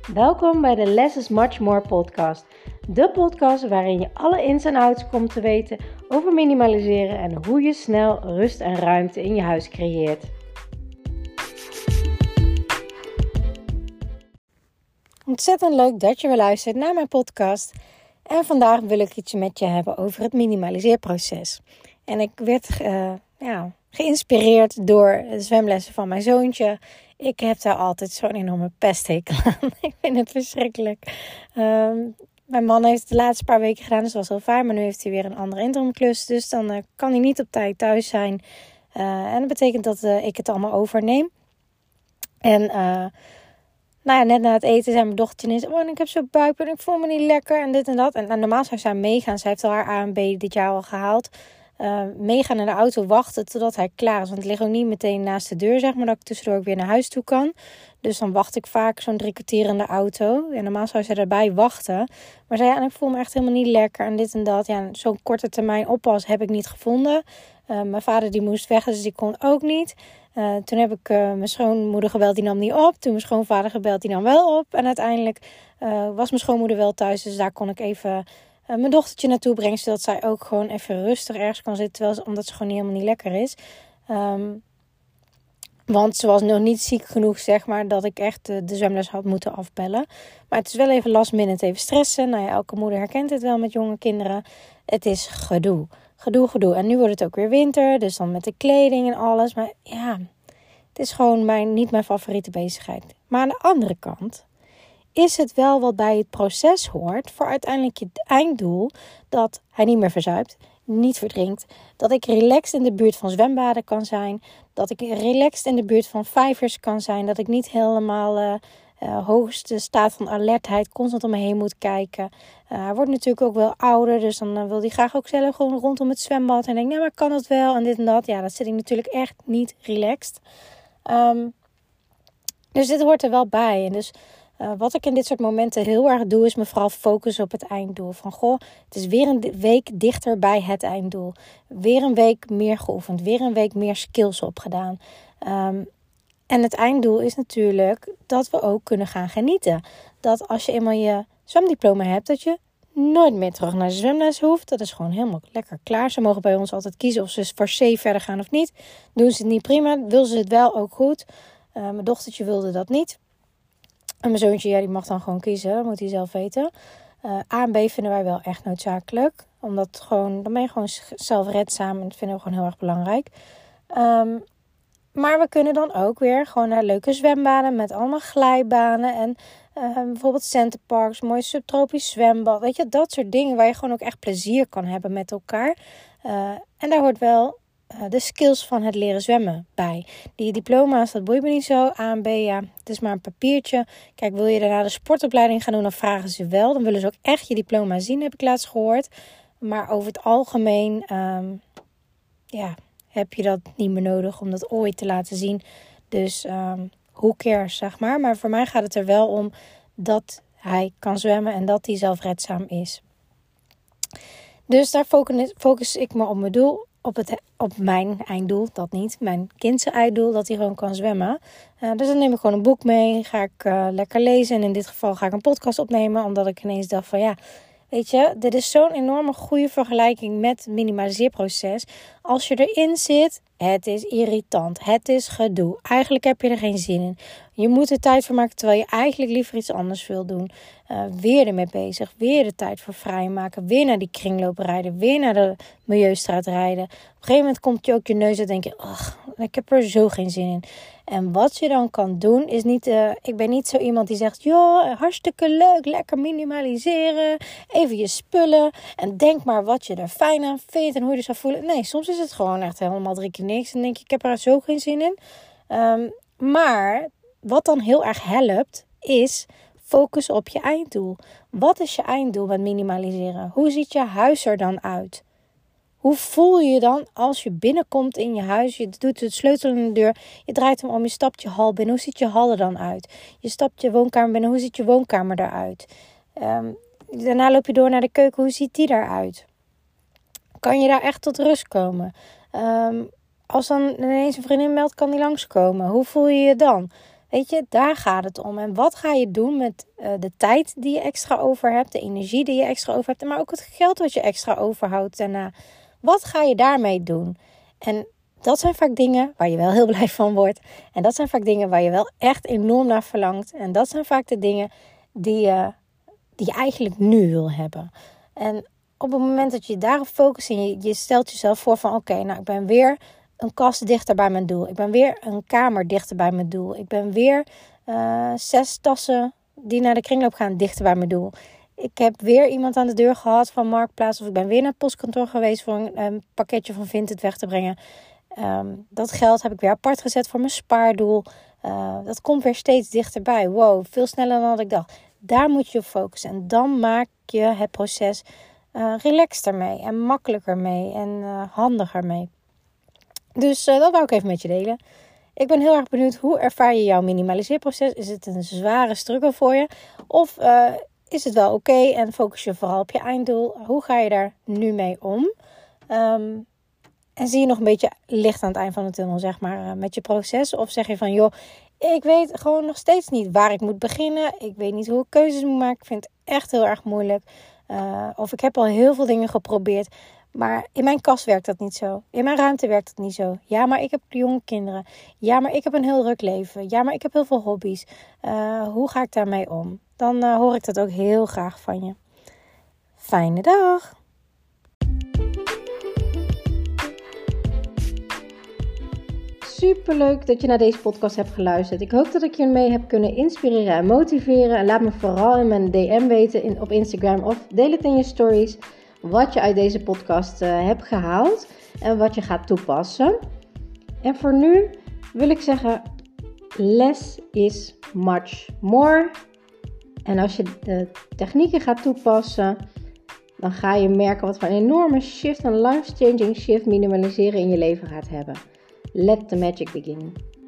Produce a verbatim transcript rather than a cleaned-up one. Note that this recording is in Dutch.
Welkom bij de Less is Much More podcast. De podcast waarin je alle ins en outs komt te weten over minimaliseren en hoe je snel rust en ruimte in je huis creëert. Ontzettend leuk dat je weer luistert naar mijn podcast. En vandaag wil ik iets met je hebben over het minimaliseerproces. En ik werd uh, ja, geïnspireerd door de zwemlessen van mijn zoontje. Ik heb daar altijd zo'n enorme pesthekel aan. Ik vind het verschrikkelijk. Um, mijn man heeft het de laatste paar weken gedaan, dus dat was heel fijn. Maar nu heeft hij weer een andere interimklus. Dus dan uh, kan hij niet op tijd thuis zijn. Uh, en dat betekent dat uh, ik het allemaal overneem. En uh, nou ja, net na het eten zei mijn dochtertje ineens: oh, ik heb zo'n buikpijn en ik voel me niet lekker en dit en dat. En, en normaal zou zij meegaan. Zij heeft al haar A en B dit jaar al gehaald. Uh, meegaan naar de auto, wachten totdat hij klaar is. Want het ligt ook niet meteen naast de deur, zeg maar, dat ik tussendoor ook weer naar huis toe kan. Dus dan wacht ik vaak zo'n drie kwartier in de auto. En normaal zou ze erbij wachten. Maar zei, ja, ik voel me echt helemaal niet lekker en dit en dat. Ja, zo'n korte termijn oppas heb ik niet gevonden. Uh, mijn vader die moest weg, dus die kon ook niet. Uh, toen heb ik uh, mijn schoonmoeder gebeld, die nam niet op. Toen mijn schoonvader gebeld, die nam wel op. En uiteindelijk uh, was mijn schoonmoeder wel thuis, dus daar kon ik even Uh, mijn dochtertje naartoe brengen, zodat zij ook gewoon even rustig ergens kan zitten, terwijl ze, omdat ze gewoon niet helemaal niet lekker is. Um, want ze was nog niet ziek genoeg, zeg maar, dat ik echt de, de zwemles had moeten afbellen. Maar het is wel even last minute, even stressen. Nou ja, elke moeder herkent het wel met jonge kinderen. Het is gedoe, gedoe, gedoe. En nu wordt het ook weer winter, dus dan met de kleding en alles. Maar ja, het is gewoon mijn, niet mijn favoriete bezigheid. Maar aan de andere kant is het wel wat bij het proces hoort voor uiteindelijk je einddoel, dat hij niet meer verzuipt, niet verdrinkt, dat ik relaxed in de buurt van zwembaden kan zijn, dat ik relaxed in de buurt van vijvers kan zijn, dat ik niet helemaal uh, uh, hoogste staat van alertheid constant om me heen moet kijken. Uh, hij wordt natuurlijk ook wel ouder, dus dan uh, wil hij graag ook zelf gewoon rondom het zwembad en denk, nou maar kan dat wel en dit en dat. Ja, dat zit ik natuurlijk echt niet relaxed. Um, dus dit hoort er wel bij en dus Uh, wat ik in dit soort momenten heel erg doe, is me vooral focussen op het einddoel. Van goh, het is weer een week dichter bij het einddoel. Weer een week meer geoefend. Weer een week meer skills opgedaan. Um, en het einddoel is natuurlijk dat we ook kunnen gaan genieten. Dat als je eenmaal je zwemdiploma hebt, dat je nooit meer terug naar de zwemles hoeft. Dat is gewoon helemaal lekker klaar. Ze mogen bij ons altijd kiezen of ze voor C verder gaan of niet. Doen ze het niet prima, wil ze het wel ook goed. Uh, mijn dochtertje wilde dat niet. En mijn zoontje, ja, die mag dan gewoon kiezen. Dat moet hij zelf weten. Uh, A en B vinden wij wel echt noodzakelijk. Omdat gewoon, dan ben je gewoon zelfredzaam. En dat vinden we gewoon heel erg belangrijk. Um, maar we kunnen dan ook weer gewoon naar leuke zwembaden. Met allemaal glijbanen. En uh, bijvoorbeeld centerparks. Mooi subtropisch zwembad. Weet je, dat soort dingen waar je gewoon ook echt plezier kan hebben met elkaar. Uh, en daar hoort wel Uh, de skills van het leren zwemmen bij. Die diploma's, dat boeit me niet zo. A en B, ja, het is maar een papiertje. Kijk, wil je daarna de sportopleiding gaan doen, dan vragen ze wel. Dan willen ze ook echt je diploma zien, heb ik laatst gehoord. Maar over het algemeen, um, ja, heb je dat niet meer nodig om dat ooit te laten zien. Dus, um, who cares, zeg maar. Maar voor mij gaat het er wel om dat hij kan zwemmen en dat hij zelfredzaam is. Dus daar focus, focus ik me op mijn doel. Op, het, op mijn einddoel, dat niet. Mijn kind zijn einddoel, dat hij gewoon kan zwemmen. Uh, dus dan neem ik gewoon een boek mee. Ga ik uh, lekker lezen. En in dit geval ga ik een podcast opnemen. Omdat ik ineens dacht van ja, weet je, dit is zo'n enorme goede vergelijking met het minimaliseerproces. Als je erin zit, het is irritant. Het is gedoe. Eigenlijk heb je er geen zin in. Je moet er tijd voor maken terwijl je eigenlijk liever iets anders wil doen. Uh, weer ermee bezig. Weer de tijd voor vrijmaken. Weer naar die kringloop rijden. Weer naar de Milieustraat rijden. Op een gegeven moment komt je ook je neus uit en denk je, ach, ik heb er zo geen zin in. En wat je dan kan doen is niet, uh, ik ben niet zo iemand die zegt, joh, hartstikke leuk, lekker minimaliseren. Even je spullen en denk maar wat je er fijn aan vindt en hoe je je zou voelen. Nee, soms is het gewoon echt helemaal drie keer niks. En dan denk je, ik heb er zo geen zin in. Um, maar wat dan heel erg helpt, is focus op je einddoel. Wat is je einddoel met minimaliseren? Hoe ziet je huis er dan uit? Hoe voel je je dan als je binnenkomt in je huis? Je doet de sleutel in de deur. Je draait hem om. Je stapt je hal binnen. Hoe ziet je hal er dan uit? Je stapt je woonkamer binnen. Hoe ziet je woonkamer eruit? Um, daarna loop je door naar de keuken. Hoe ziet die eruit? Kan je daar echt tot rust komen? Um, als dan ineens een vriendin meldt, kan die langskomen. Hoe voel je je dan? Weet je, daar gaat het om. En wat ga je doen met uh, de tijd die je extra over hebt, de energie die je extra over hebt, maar ook het geld wat je extra overhoudt daarna. Wat ga je daarmee doen? En dat zijn vaak dingen waar je wel heel blij van wordt. En dat zijn vaak dingen waar je wel echt enorm naar verlangt. En dat zijn vaak de dingen die je, die je eigenlijk nu wil hebben. En op het moment dat je daarop focust en je, je stelt jezelf voor van oké, okay, nou ik ben weer een kast dichter bij mijn doel. Ik ben weer een kamer dichter bij mijn doel. Ik ben weer uh, zes tassen die naar de kringloop gaan dichter bij mijn doel. Ik heb weer iemand aan de deur gehad van Marktplaats. Of ik ben weer naar het postkantoor geweest voor een, een pakketje van Vinted weg te brengen. Um, dat geld heb ik weer apart gezet voor mijn spaardoel. Uh, dat komt weer steeds dichterbij. Wow, veel sneller dan ik dacht. Daar moet je op focussen. En dan maak je het proces uh, relaxter mee. En makkelijker mee. En uh, handiger mee. Dus uh, dat wou ik even met je delen. Ik ben heel erg benieuwd, hoe ervaar je jouw minimaliseerproces? Is het een zware struggle voor je? Of uh, is het wel oké okay en focus je vooral op je einddoel? Hoe ga je daar nu mee om? Um, en zie je nog een beetje licht aan het eind van de tunnel, zeg maar, uh, met je proces? Of zeg je van, joh, ik weet gewoon nog steeds niet waar ik moet beginnen. Ik weet niet hoe ik keuzes moet maken. Ik vind het echt heel erg moeilijk. Uh, of ik heb al heel veel dingen geprobeerd. Maar in mijn kast werkt dat niet zo. In mijn ruimte werkt dat niet zo. Ja, maar ik heb jonge kinderen. Ja, maar ik heb een heel druk leven. Ja, maar ik heb heel veel hobby's. Uh, hoe ga ik daarmee om? Dan uh, hoor ik dat ook heel graag van je. Fijne dag! Superleuk dat je naar deze podcast hebt geluisterd. Ik hoop dat ik je mee heb kunnen inspireren en motiveren. En laat me vooral in mijn D M weten in, op Instagram of deel het in je stories wat je uit deze podcast uh, hebt gehaald en wat je gaat toepassen. En voor nu wil ik zeggen, less is much more. En als je de technieken gaat toepassen, dan ga je merken wat voor een enorme shift, een life-changing shift minimaliseren in je leven gaat hebben. Let the magic begin.